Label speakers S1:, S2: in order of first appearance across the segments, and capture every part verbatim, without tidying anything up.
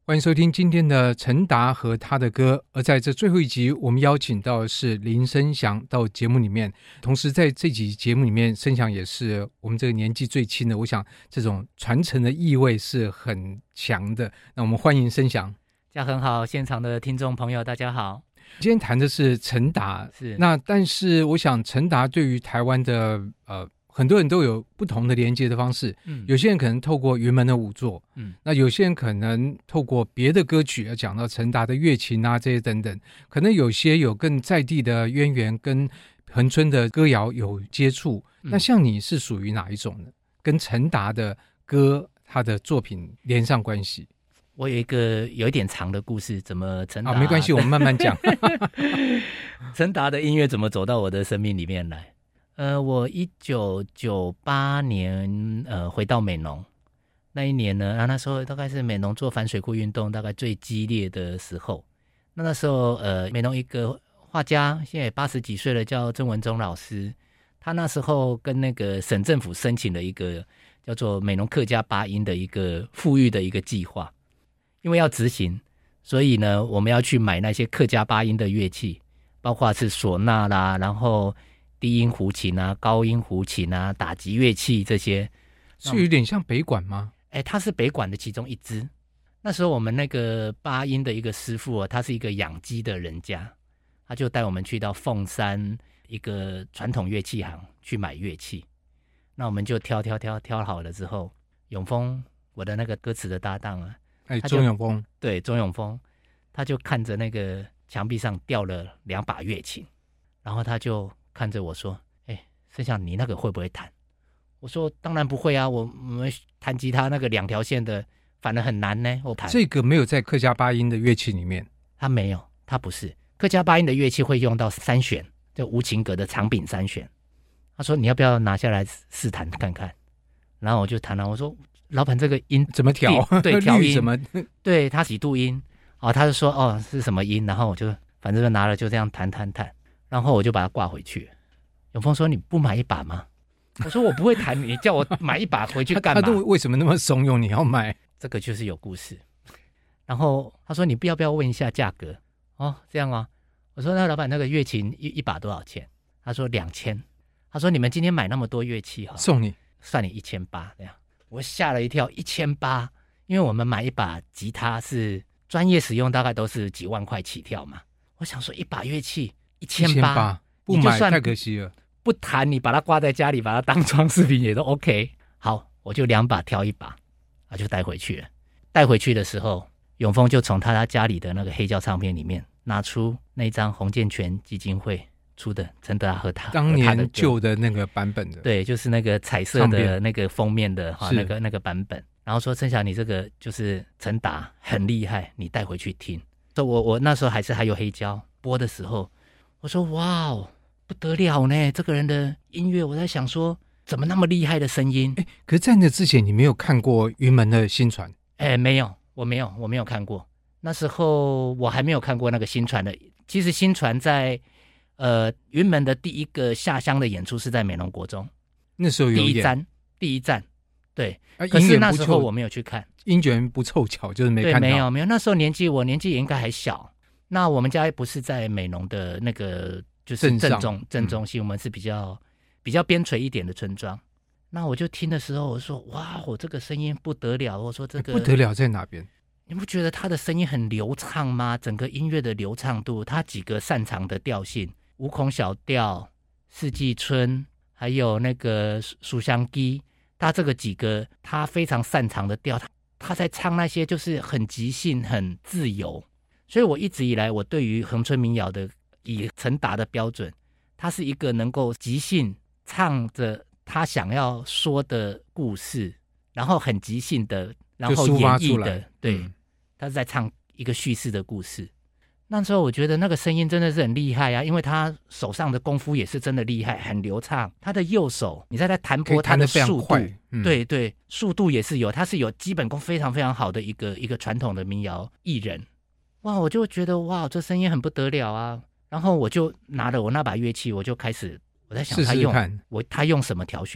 S1: 欢迎收听今天的陈达和他的歌。而在这最后一集，我们邀请到的是林生祥到节目里面，同时在这集节目里面，生祥也是我们这个年纪最轻的，我想这种传承的意味是很强的。那我们欢迎生祥。
S2: 家很好，现场的听众朋友大家好。
S1: 今天谈的是陈达，
S2: 是
S1: 那但是我想陈达对于台湾的呃很多人都有不同的连接的方式，嗯，有些人可能透过云门的舞作，嗯，那有些人可能透过别的歌曲，要讲到陈达的乐琴啊这些等等，可能有些有更在地的渊源，跟恒春的歌谣有接触。嗯、那像你是属于哪一种呢？跟陈达的歌他的作品连上关系？
S2: 我有一个有一点长的故事，怎么陈达、
S1: 啊、没关系，我们慢慢讲。
S2: 陈达的音乐怎么走到我的生命里面来？呃，我一九九八年呃回到美浓那一年呢，啊那时候大概是美浓做反水库运动大概最激烈的时候。那那时候呃美浓一个画家，现在也八十几岁了，叫曾文忠老师，他那时候跟那个省政府申请了一个叫做美浓客家八音的一个富裕的一个计划。因为要执行，所以呢我们要去买那些客家八音的乐器，包括是唢呐啦，然后低音胡琴啊、高音胡琴啊、打击乐器这些。
S1: 是有点像北管吗？
S2: 哎，它是北管的其中一支。那时候我们那个八音的一个师傅、哦、他是一个养鸡的人家，他就带我们去到凤山一个传统乐器行去买乐器。那我们就挑挑挑挑好了之后，永丰我的那个歌词的搭档啊，
S1: 哎，钟永丰，
S2: 对，钟永丰，他就看着那个墙壁上吊了两把乐琴，然后他就看着我说：“哎，生祥，你那个会不会弹？”我说：“当然不会啊，我我们弹吉他那个两条线的，反而很难呢。”我弹
S1: 这个没有在客家八音的乐器里面，
S2: 他没有，他不是客家八音的乐器会用到三弦，就无情格的长柄三弦。他说：“你要不要拿下来试弹看看？”然后我就弹了，我说。老板，这个音
S1: 怎么调？
S2: 对，调音
S1: 怎么？
S2: 对，他几度音哦，他就说哦是什么音，然后我就反正就拿了就这样弹弹弹，然后我就把它挂回去。永丰说：“你不买一把吗？”我说：“我不会弹，你叫我买一把回去干嘛？”
S1: 他都为什么那么怂恿你要买？
S2: 这个就是有故事。然后他说：“你不要不要问一下价格？”哦，这样啊。我说：“那老板，那个乐琴一一把多少钱？”他说：“两千。”他说：“你们今天买那么多乐器哈，
S1: 送你
S2: 算你一千八这样。”我嚇了一跳，一千八，因为我们买一把吉他是专业使用，大概都是几万块起跳嘛。我想说，一把乐器一千八，
S1: 不买太可惜了。
S2: 不弹，你把它挂在家里，把它当装饰品也都 OK。好，我就两把挑一把，啊，就带回去了。带回去的时候，永丰就从他家里的那个黑胶唱片里面拿出那张洪建全基金会出的陈达和他
S1: 当年旧的那个版本的，
S2: 对，就是那个彩色的那个封面的哈，那个那个版本。然后说：“生祥，你这个就是陈达很厉害，你带回去听。”说我我那时候还是还有黑胶播的时候，我说：“哇哦，不得了呢！这个人的音乐，我在想说，怎么那么厉害的声音？”
S1: 哎，可是在那之前，你没有看过云门的新传？
S2: 哎，没有，我没有，我没有看过。那时候我还没有看过那个新传的。其实新传在。呃，云门的第一个下乡的演出是在美浓国中，
S1: 那时候有演
S2: 第一站，第一站，对。
S1: 啊、
S2: 可是那时候我没有去看，
S1: 因缘不凑巧，就是没看到。
S2: 对，没有没有，那时候年纪我年纪也应该还小。那我们家不是在美浓的那个，就是正中正中心、嗯，我们是比较比较边陲一点的村庄。那我就听的时候，我说哇，我这个声音不得了。我说这个
S1: 不得了在哪边？
S2: 你不觉得他的声音很流畅吗？整个音乐的流畅度，他几个擅长的调性。五孔小调、四季春，还有那个书香鸡，他这个几个他非常擅长的调，他他在唱那些就是很即兴、很自由。所以我一直以来，我对于恒春民谣的以陈达的标准，他是一个能够即兴唱着他想要说的故事，然后很即兴的，然后演绎的，对、嗯，他是在唱一个叙事的故事。那时候我觉得那个声音真的是很厉害啊，因为他手上的功夫也是真的厉害，很流畅。他的右手，你在他弹拨他的速度，嗯、对对，速度也是有，他是有基本功非常非常好的一个一个传统的民谣艺人。哇，我就觉得哇，这声音很不得了啊！然后我就拿了我那把乐器，我就开始我在想他用
S1: 试试看
S2: 我他用什么调弦。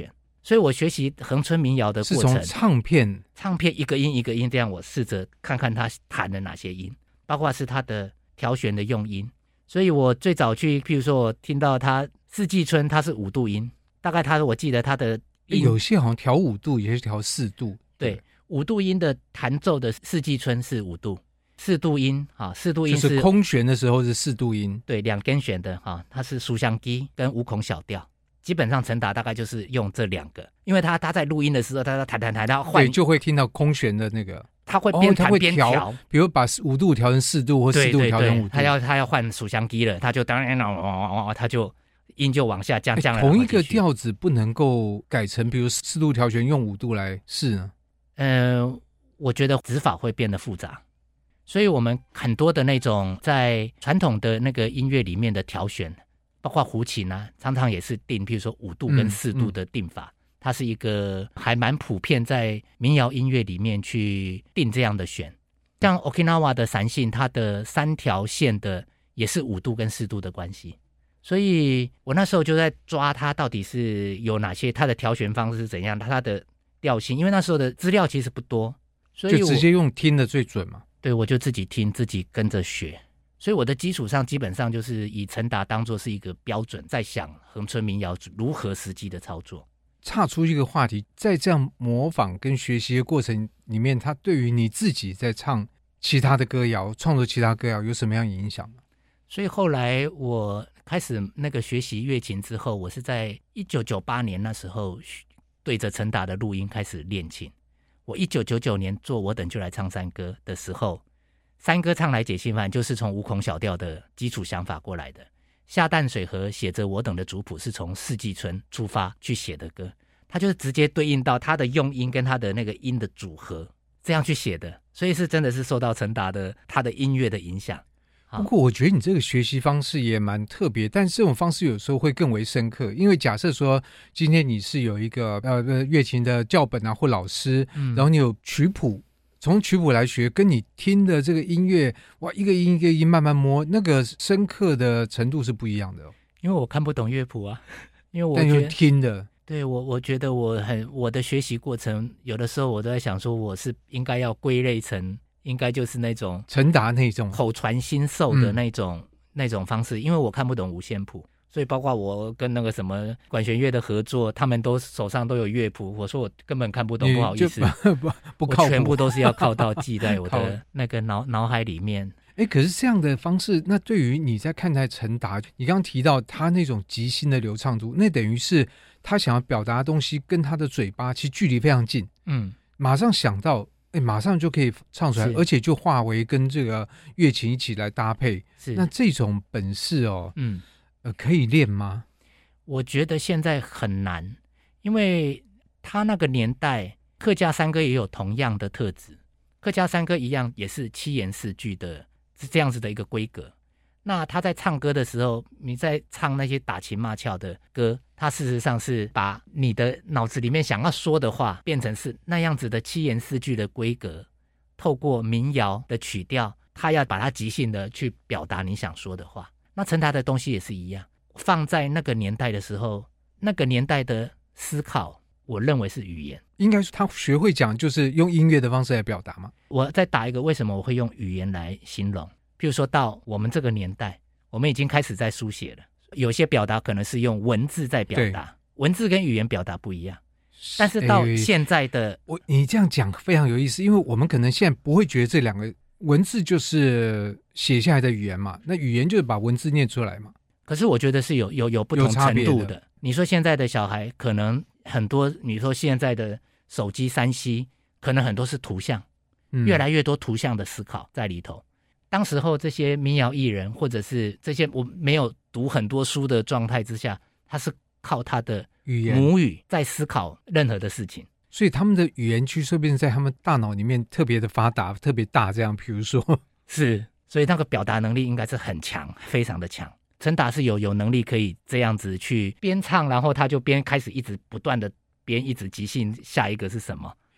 S2: 所以我学习恒春民谣的过程
S1: 是从唱片
S2: 唱片一个音一个音这样，我试着看看他弹了哪些音，包括是他的调弦的用音。所以我最早去，譬如说我听到他四季春，他是五度音，大概他我记得他的音
S1: 有些好像调五度，也是调四度。
S2: 对，五度音的弹奏的四季春是五度，四度音啊，四度音
S1: 是, 就是空弦的时候是四度音，
S2: 对，两根弦的哈，它是书香基跟五孔小调。基本上陈达大概就是用这两个，因为他他在录音的时候，他弹弹弹，他换，
S1: 对，就会听到空弦的那个，
S2: 他会边弹边调，
S1: 哦、比如把五度调成四度，或四度调成五度，
S2: 他要他要换书香基了，他就当然他就音就往下降降了。
S1: 同一个调子不能够改成，比如四度调弦用五度来试呢？
S2: 呃，我觉得指法会变得复杂，所以我们很多的那种在传统的那个音乐里面的调弦。包括胡琴啊，常常也是定，譬如说五度跟四度的定法，嗯嗯、它是一个还蛮普遍在民谣音乐里面去定这样的弦。像 Okinawa 的散信，它的三条线的也是五度跟四度的关系。所以我那时候就在抓它到底是有哪些，它的调弦方式是怎样，它的调性，因为那时候的资料其实不多，所以
S1: 就直接用听的最准嘛。
S2: 对，我就自己听，自己跟着学。所以我的基础上基本上就是以陈达当作是一个标准，在想恒春民谣如何实际的操作。
S1: 岔出一个话题，在这样模仿跟学习的过程里面，它对于你自己在唱其他的歌谣、创作其他歌谣有什么样影响呢？
S2: 所以后来我开始那个学习乐琴之后，我是在一九九八年那时候对着陈达的录音开始练琴。我一九九九年做《我等就来唱山歌》的时候，山歌唱来解心烦就是从五孔小调的基础想法过来的，下淡水河写着我等的族谱是从四季春出发去写的歌，它就是直接对应到它的用音跟它的那个音的组合这样去写的，所以是真的是受到陈达的他的音乐的影响。
S1: 不过我觉得你这个学习方式也蛮特别，但是这种方式有时候会更为深刻，因为假设说今天你是有一个呃乐琴的教本啊或老师、嗯、然后你有曲谱，从曲谱来学，跟你听的这个音乐，哇，一个音一个音慢慢摸，那个深刻的程度是不一样的、哦。
S2: 因为我看不懂乐谱啊，因为我
S1: 但有听的，
S2: 对我我觉得我很我的学习过程，有的时候我都在想说，我是应该要归类成，应该就是那种
S1: 陈达那种
S2: 口传心授的那种、嗯、那种方式，因为我看不懂五线谱。所以包括我跟那个什么管弦乐的合作，他们都手上都有乐谱，我说我根本看不懂，不好意思，
S1: 不不不靠谱，
S2: 我全部都是要靠到记在我的那个脑脑海里面。
S1: 哎，可是这样的方式，那对于你在看待陈达，你刚刚提到他那种即兴的流畅度，那等于是他想要表达的东西跟他的嘴巴其实距离非常近，嗯，马上想到，哎，马上就可以唱出来，而且就化为跟这个乐琴一起来搭配，是那这种本事哦，嗯。呃，可以练吗？
S2: 我觉得现在很难，因为他那个年代客家山歌也有同样的特质，客家山歌一样也是七言四句的，是这样子的一个规格。那他在唱歌的时候，你在唱那些打情骂俏的歌，他事实上是把你的脑子里面想要说的话变成是那样子的七言四句的规格，透过民谣的曲调，他要把它即兴的去表达你想说的话。那陈达的东西也是一样，放在那个年代的时候，那个年代的思考，我认为是语言。
S1: 应该是他学会讲，就是用音乐的方式来表达吗？
S2: 我再打一个，为什么我会用语言来形容？譬如说到我们这个年代，我们已经开始在书写了，有些表达可能是用文字在表达，文字跟语言表达不一样。但是到现在的，
S1: 我你这样讲非常有意思，因为我们可能现在不会觉得这两个。文字就是写下来的语言嘛，那语言就是把文字念出来嘛。
S2: 可是我觉得是有有有不同程度 的, 的。你说现在的小孩可能很多，你说现在的手机三 C 可能很多是图像、嗯，越来越多图像的思考在里头。当时候这些民谣艺人或者是这些我没有读很多书的状态之下，他是靠他的语言母语在思考任何的事情。
S1: 所以他们的语言区说不定在他们大脑里面特别的发达，特别大，这样比如说
S2: 是，所以那个表达能力应该是很强，非常的强。陈达是有有能力可以这样子去边唱，然后他就边开始一直不断的边一直即兴下一个是什么。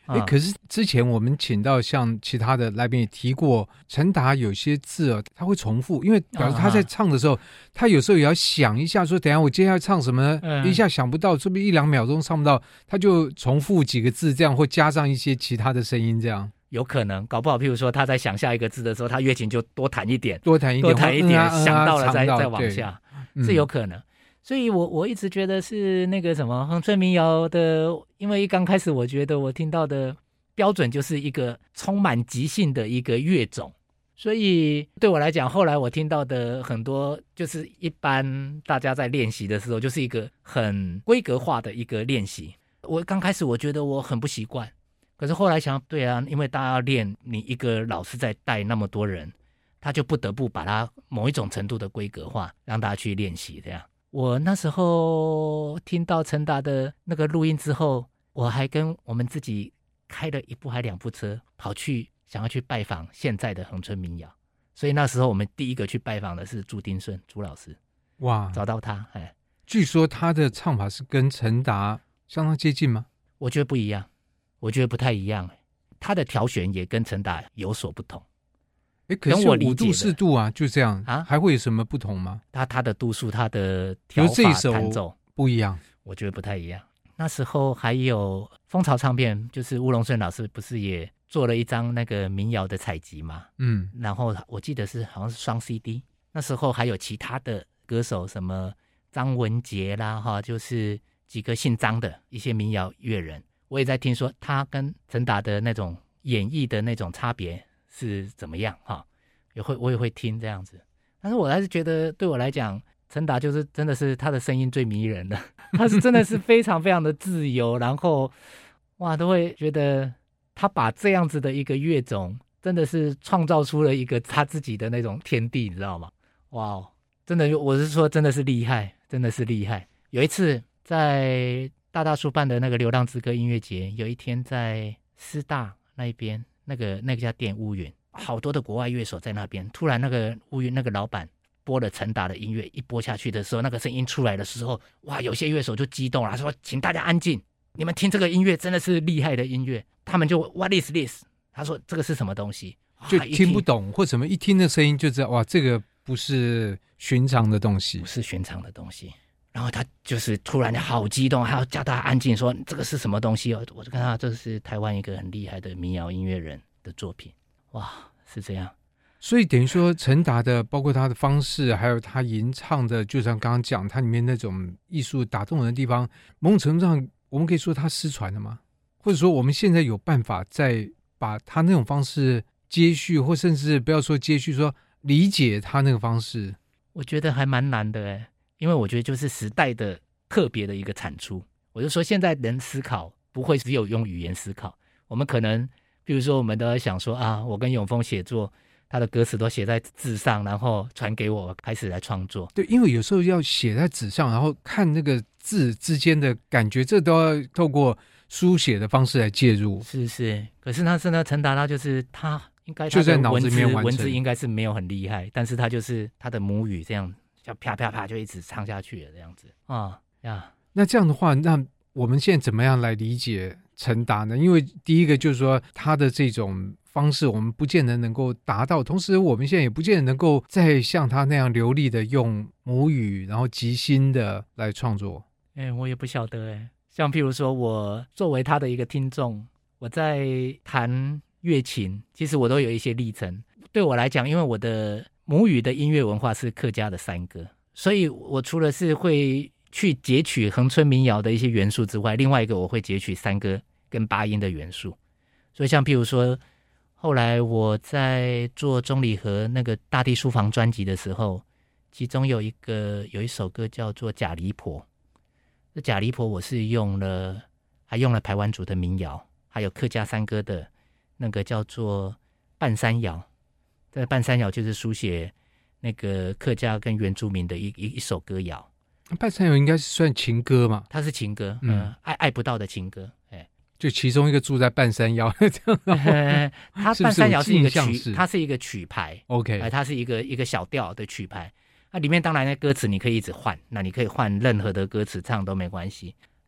S1: 哎、可是之前我们请到像其他的来宾也提过，陈达有些字啊，他会重复，因为表示他在唱的时候，啊、他有时候也要想一下说，等一下我接下来唱什么呢？嗯、一下想不到，是不是一两秒钟唱不到，他就重复几个字，这样或加上一些其他的声音，这样
S2: 有可能，搞不好，譬如说他在想下一个字的时候，他乐琴就多弹一点，
S1: 多弹一点，
S2: 多弹一点，嗯啊、想到了再、
S1: 嗯啊、
S2: 再往下，是有可能。所以我我一直觉得是那个什么恒春民谣的，因为一刚开始我觉得我听到的标准就是一个充满即兴的一个乐种，所以对我来讲，后来我听到的很多就是一般大家在练习的时候，就是一个很规格化的一个练习。我刚开始我觉得我很不习惯，可是后来想，对啊，因为大家要练，你一个老师在带那么多人，他就不得不把它某一种程度的规格化，让大家去练习这样。我那时候听到陈达的那个录音之后，我还跟我们自己开了一部还两部车，跑去想要去拜访现在的恒春民谣。所以那时候我们第一个去拜访的是朱丁顺朱老师。
S1: 哇，
S2: 找到他，哎，
S1: 据说他的唱法是跟陈达相当接近吗？
S2: 我觉得不一样，我觉得不太一样。他的调弦也跟陈达有所不同。
S1: 哎，可是五度四度啊，就这样啊，还会有什么不同吗？
S2: 他他的度数，他的调法弹奏
S1: 不一样，
S2: 我觉得不太一样。那时候还有蜂巢唱片，就是吴龙顺老师不是也做了一张那个民谣的采集嘛？嗯，然后我记得是好像是双 C D。那时候还有其他的歌手，什么张文杰啦，哈，就是几个姓张的一些民谣乐人，我也在听说他跟陈达的那种演绎的那种差别是怎么样哈，也会我也会听这样子，但是我还是觉得对我来讲，陈达就是真的是他的声音最迷人的，他是真的是非常非常的自由，然后哇都会觉得他把这样子的一个乐种，真的是创造出了一个他自己的那种天地，你知道吗？哇，真的我是说真的是厉害，真的是厉害。有一次在大大叔办的那个流浪之歌音乐节，有一天在师大那边。那个那个家店乌云，好多的国外乐手在那边。突然那个乌云那个老板播了陈达的音乐，一播下去的时候，那个声音出来的时候，哇，有些乐手就激动了，他说：“请大家安静，你们听这个音乐真的是厉害的音乐。”他们就 What is this？ 他说：“这个是什么东西？”
S1: 就听不懂或什么，一听的声音就知道，哇，这个不是寻常的东西，
S2: 不是寻常的东西。然后他就是突然好激动，还要叫大家安静，说这个是什么东西哦？我就看到这是台湾一个很厉害的民谣音乐人的作品，哇，是这样。
S1: 所以等于说陈达的，包括他的方式，还有他吟唱的，就像刚刚讲，他里面那种艺术打动人的地方，某种程度上，我们可以说他失传了吗？或者说我们现在有办法再把他那种方式接续，或甚至不要说接续，说理解他那个方式？
S2: 我觉得还蛮难的哎。因为我觉得就是时代的特别的一个产出，我就说现在人思考不会只有用语言思考，我们可能比如说我们都在想说啊，我跟永丰写作，他的歌词都写在字上，然后传给我，开始来创作。
S1: 对，因为有时候要写在纸上，然后看那个字之间的感觉，这都要透过书写的方式来介入。
S2: 是是，可是那是呢，陈达他就是他应该他的文字文字应该是没有很厉害，但是他就是他的母语这样。就啪啪啪就一直唱下去了这样子啊呀。
S1: 那这样的话，那我们现在怎么样来理解陈达呢？因为第一个就是说他的这种方式我们不见得能够达到，同时我们现在也不见得能够再像他那样流利的用母语然后即兴的来创作。
S2: 哎、欸，我也不晓得哎、欸。像譬如说我作为他的一个听众，我在弹乐琴，其实我都有一些历程。对我来讲，因为我的母语的音乐文化是客家的山歌，所以我除了是会去截取恒春民谣的一些元素之外，另外一个我会截取山歌跟八音的元素。所以像譬如说后来我在做钟礼和那个大地书房专辑的时候，其中有一个有一首歌叫做假离婆，这假离婆我是用了还用了排湾族的民谣，还有客家山歌的那个叫做半山谣。这个半山谣就是书写那个客家跟原住民的一 一, 一首歌谣。
S1: 半山谣应该是算情歌嘛？
S2: 它是情歌，嗯，呃、爱爱不到的情歌，哎，
S1: 就其中一个住在半山腰这样、
S2: 呃。它半山谣是一个曲，
S1: 是
S2: 它是一个曲牌
S1: ，OK，
S2: 呃、它是一个一个小调的曲牌。那里面当然的歌词你可以一直换，那你可以换任何的歌词唱都没关系。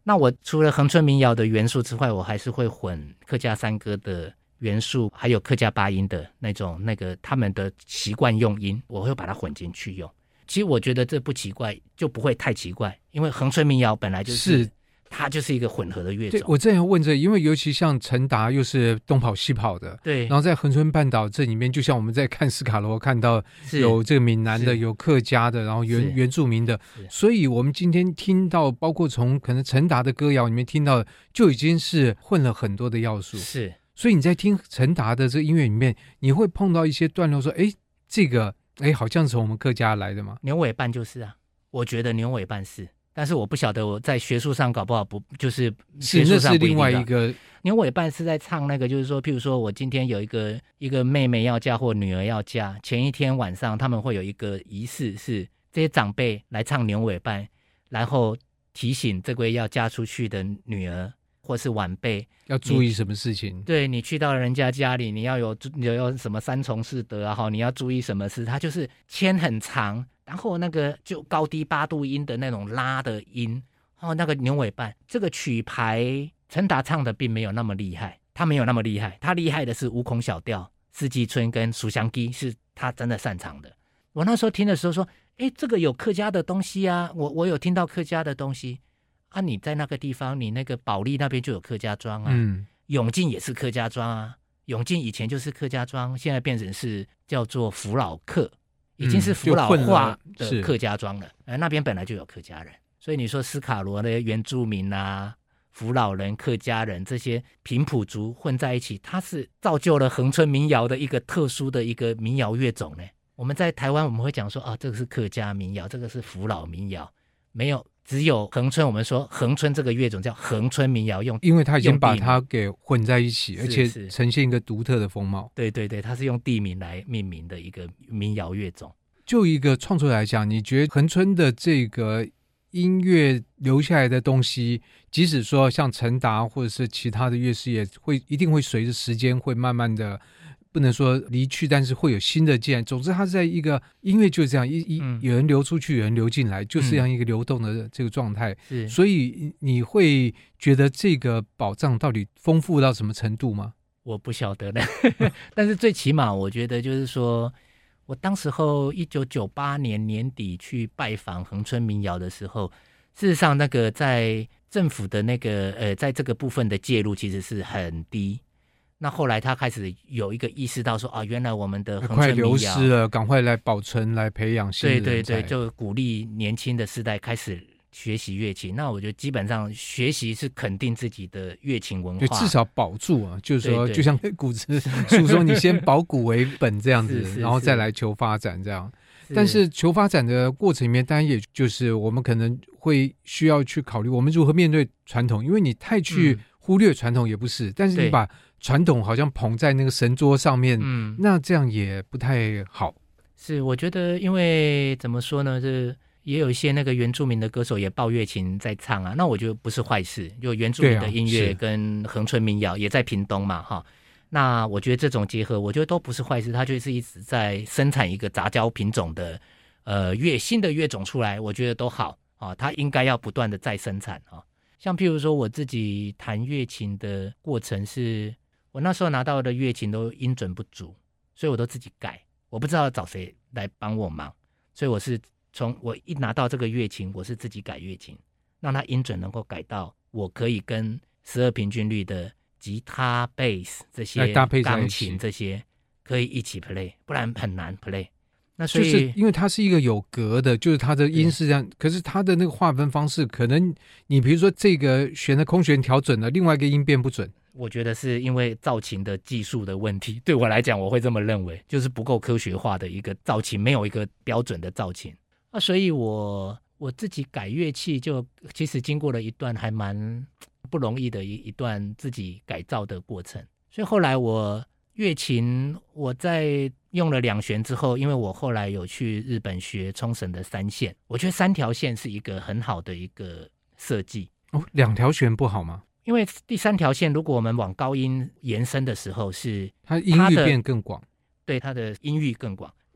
S2: 那我除了恒春民谣的元素之外，我还是会混客家山歌的元素，还有客家八音的那种那个他们的习惯用音，我会把它混进去用。其实我觉得这不奇怪，就不会太奇怪，因为恒春民谣本来就是。是它就是一个混合的乐种。
S1: 对，我正要问这，因为尤其像陈达又是东跑西跑的，
S2: 对，
S1: 然后在恒春半岛这里面，就像我们在看斯卡罗看到有这个闽南的，有客家的，然后原原住民的，所以我们今天听到，包括从可能陈达的歌谣里面听到，就已经是混了很多的要素。
S2: 是，
S1: 所以你在听陈达的这个音乐里面，你会碰到一些段落说，哎，这个哎好像是从我们客家来的吗？
S2: 牛尾伴就是啊，我觉得牛尾伴是。但是我不晓得我在学术上搞不好不就是学术上不一定。是，那是另外一个牛尾伴是在唱那个，就是说譬如说我今天有一个一个妹妹要嫁或女儿要嫁，前一天晚上他们会有一个仪式，是这些长辈来唱牛尾伴，然后提醒这位要嫁出去的女儿或是晚辈
S1: 要注意什么事情。
S2: 对，你去到人家家里，你要有你要什么三从四德啊，你要注意什么事，它就是牵很长，然后那个就高低八度音的那种拉的音，哦，那个牛尾伴，这个曲牌陈达唱的并没有那么厉害，他没有那么厉害，他厉害的是五孔小调、四季春跟蜀香鸡，是他真的擅长的。我那时候听的时候说，哎，这个有客家的东西啊，我我有听到客家的东西啊。你在那个地方，你那个保利那边就有客家庄啊，嗯，永靖也是客家庄啊，永靖以前就是客家庄，现在变成是叫做福老客。已经是福老化的客家庄了，嗯、那边本来就有客家人，所以你说斯卡罗的原住民啊、福老人、客家人这些平埔族混在一起，它是造就了恒春民谣的一个特殊的一个民谣乐种呢。我们在台湾我们会讲说啊，这个是客家民谣，这个是福老民谣，没有，只有恒春，我们说恒春这个乐种叫恒春民谣，用
S1: 因为它已经把它给混在一起，而且呈现一个独特的风貌。
S2: 对对对，它是用地名来命名的一个民谣乐种。
S1: 就一个创作来讲，你觉得恒春的这个音乐留下来的东西，即使说像陈达或者是其他的乐师，也会一定会随着时间会慢慢的，不能说离去，但是会有新的进来。总之它在一个音乐就是这样一一、嗯、有人流出去，有人流进来，就是这样一个流动的这个状态、嗯、所以你会觉得这个宝藏到底丰富到什么程度吗？
S2: 我不晓得了但是最起码我觉得就是说，我当时候一九九八年年底去拜访恒春民谣的时候，事实上那个在政府的那个呃，在这个部分的介入其实是很低。那后来他开始有一个意识到说啊，原来我们的恒春民谣
S1: 快流失了，赶快来保存，来培养新的人才。
S2: 对对对，就鼓励年轻的世代开始学习乐器。那我觉得基本上学习是肯定自己的乐琴文化，
S1: 就至少保住啊，就是说，对对就像古词书说，你先保古为本这样子，是是是然后再来求发展这样。是但是求发展的过程里面，当然也就是我们可能会需要去考虑，我们如何面对传统，因为你太去忽略传统也不是，嗯、但是你把传统好像捧在那个神桌上面，嗯，那这样也不太好。
S2: 是，我觉得因为怎么说呢，这也有一些那个原住民的歌手也抱乐琴在唱啊，那我觉得不是坏事。就原住民的音乐跟恒春民谣也在屏东嘛，哈。那我觉得这种结合，我觉得都不是坏事，它就是一直在生产一个杂交品种的呃乐新的乐种出来，我觉得都好啊，它应该要不断的再生产啊。像譬如说我自己弹乐琴的过程是，我那时候拿到的乐琴都音准不足，所以我都自己改，我不知道找谁来帮我忙，所以我是从我一拿到这个乐琴，我是自己改乐琴，让它音准能够改到我可以跟十二平均律的吉他、贝斯这些钢琴这些可以一起 play， 不然很难 play。那所以
S1: 就是因为它是一个有格的，就是它的音是这样，可是它的那个划分方式，可能你比如说这个弦的空弦调准了，另外一个音变不准。
S2: 我觉得是因为造琴的技术的问题，对我来讲我会这么认为，就是不够科学化的一个造琴，没有一个标准的造琴。那所以我我自己改乐器就其实经过了一段还蛮不容易的一一段自己改造的过程。所以后来我乐琴我在用了两弦之后，因为我后来有去日本学冲绳的三线，我觉得三条线是一个很好的一个设计。
S1: 哦，两条弦不好吗？
S2: 因为第三条线如果我们往高音延伸的时候，是
S1: 它音域变更广，
S2: 对，它的音域更广。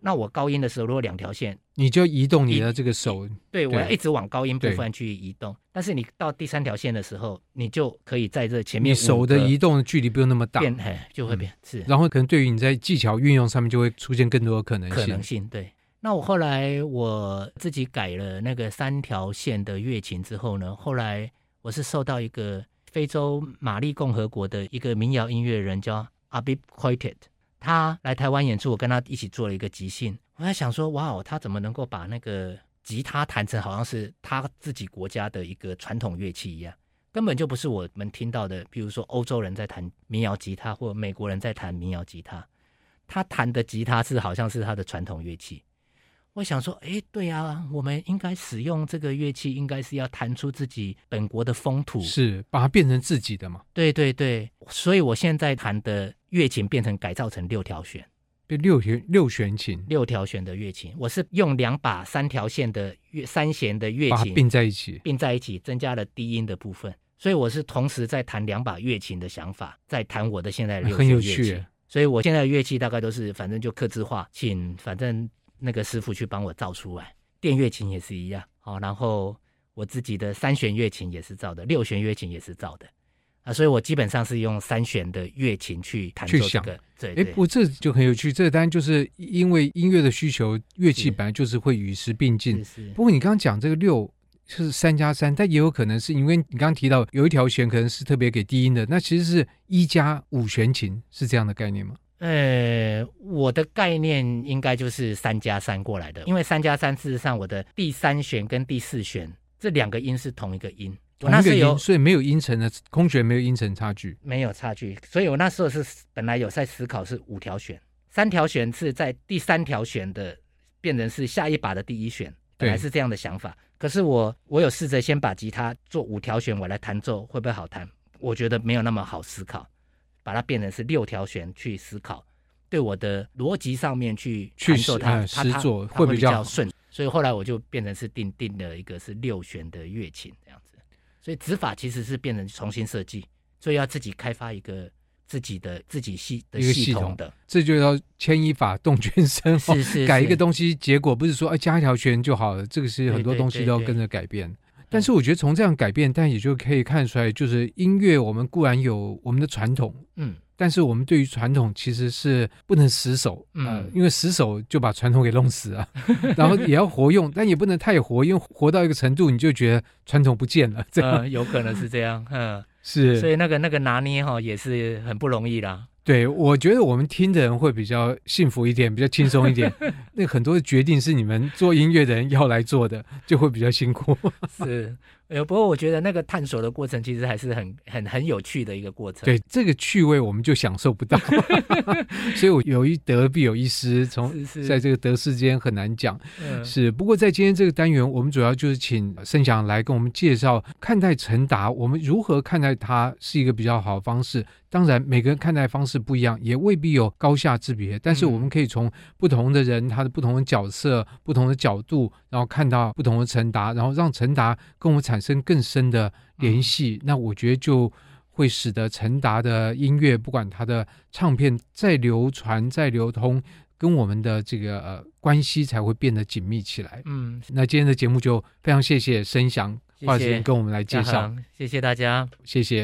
S2: 那我高音的时候，如果两条线，
S1: 你就移动你的这个手，
S2: 对，我要一直往高音部分去移动。但是你到第三条线的时候，你就可以在这前面，
S1: 你手的移动的距离不用那么大，
S2: 变就会变、嗯、是。
S1: 然后可能对于你在技巧运用上面就会出现更多的可能性。
S2: 可能性对。那我后来我自己改了那个三条线的乐琴之后呢，后来我是受到一个非洲马利共和国的一个民谣音乐人叫 Abib Koitet， 他来台湾演出，我跟他一起做了一个即兴。我在想说，哇，他怎么能够把那个吉他弹成好像是他自己国家的一个传统乐器一样，根本就不是我们听到的，比如说欧洲人在弹民谣吉他，或美国人在弹民谣吉他，他弹的吉他是好像是他的传统乐器。我想说，哎，对啊，我们应该使用这个乐器，应该是要弹出自己本国的风土，
S1: 是把它变成自己的嘛？
S2: 对对对，所以我现在弹的乐琴变成改造成六条弦，
S1: 对，六弦六弦琴，
S2: 六条弦的乐琴，我是用两把三条线的乐三弦的乐琴
S1: 把它并在一起，
S2: 并在一起，增加了低音的部分，所以我是同时在弹两把乐琴的想法，在弹我的现在的六弦乐器，很有趣。所以我现在的乐器大概都是反正就客制化，请反正那个师傅去帮我造出来。电乐琴也是一样，好，然后我自己的三弦乐琴也是造的，六弦乐琴也是造的啊，所以我基本上是用三弦的乐琴去弹奏这个。对，哎，
S1: 不，这就很有趣。这当然就是因为音乐的需求，乐器本来就是会与时并进。
S2: 是是。
S1: 不过你刚刚讲这个六是三加三，但也有可能是因为你刚刚提到有一条弦可能是特别给低音的，那其实是一加五弦琴，是这样的概念吗？
S2: 呃，我的概念应该就是三加三过来的，因为三加三事实上我的第三弦跟第四弦这两个音是同一个音，
S1: 同一个音，所以没有音程的空弦没有音程差距，
S2: 没有差距，所以我那时候是本来有在思考是五条弦，三条弦是在第三条弦的变成是下一把的第一弦，本来是这样的想法。可是我我有试着先把吉他做五条弦我来弹奏会不会好弹，我觉得没有那么好思考，把它变成是六条弦去思考，对我的逻辑上面去弹奏它，
S1: 呃、
S2: 它
S1: 实作
S2: 它会
S1: 比较
S2: 顺，所以后来我就变成是定定了一个是六弦的乐琴这样子，所以指法其实是变成重新设计，所以要自己开发一个自己的自己系的系统的，
S1: 这就要牵一发动全身，
S2: 是是是，
S1: 改一个东西，结果不是说、哎、加一条弦就好了，这个是很多东西都要跟着改变。对对对对，但是我觉得从这样改变，但也就可以看出来，就是音乐我们固然有我们的传统，嗯，但是我们对于传统其实是不能死守，嗯、呃，因为死守就把传统给弄死了，然后也要活用，但也不能太活，因为活到一个程度，你就觉得传统不见了，这样、
S2: 呃、有可能是这样，嗯，
S1: 是，
S2: 所以那个那个拿捏哈也是很不容易啦。
S1: 对，我觉得我们听的人会比较幸福一点，比较轻松一点。那很多的决定是你们做音乐的人要来做的，就会比较辛苦。
S2: 是，不过我觉得那个探索的过程其实还是很很很有趣的一个过程。
S1: 对，这个趣味我们就享受不到，所以我有一得必有一失，从在这个得失间很难讲。是, 是，不过在今天这个单元，我们主要就是请盛祥来跟我们介绍看待陈达，我们如何看待他是一个比较好的方式。当然每个人看待方式不一样，也未必有高下之别，但是我们可以从不同的人他的不同的角色不同的角度，然后看到不同的陈达，然后让陈达跟我们产生更深的联系、嗯、那我觉得就会使得陈达的音乐不管他的唱片再流传再流通，跟我们的这个呃关系才会变得紧密起来。嗯，那今天的节目就非常谢谢申祥花时间跟我们来介绍，
S2: 谢谢大家，
S1: 谢谢。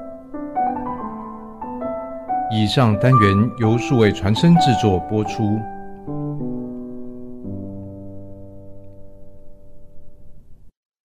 S1: 以上单元由数位传声制作播出。